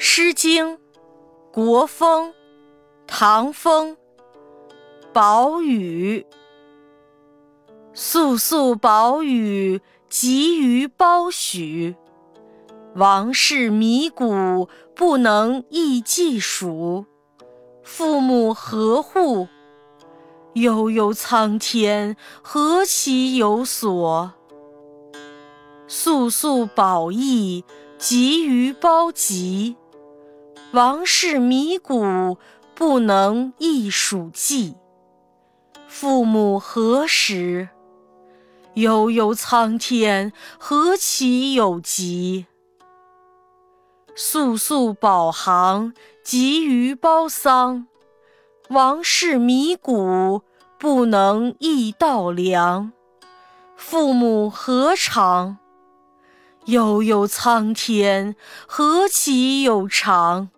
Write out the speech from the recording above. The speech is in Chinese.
诗经·国风·唐风·宝禹。肃肃宝禹，急于褒许。王室靡古，不能易计数。父母何户？悠悠苍天，何其有所。肃肃宝义，急于褒极。王室靡古，不能易数计。父母何时？悠悠苍天，何其有极。肃肃宝行，急于褒丧。王室靡古，不能易稻粱。父母何长？悠悠苍天，何其有长。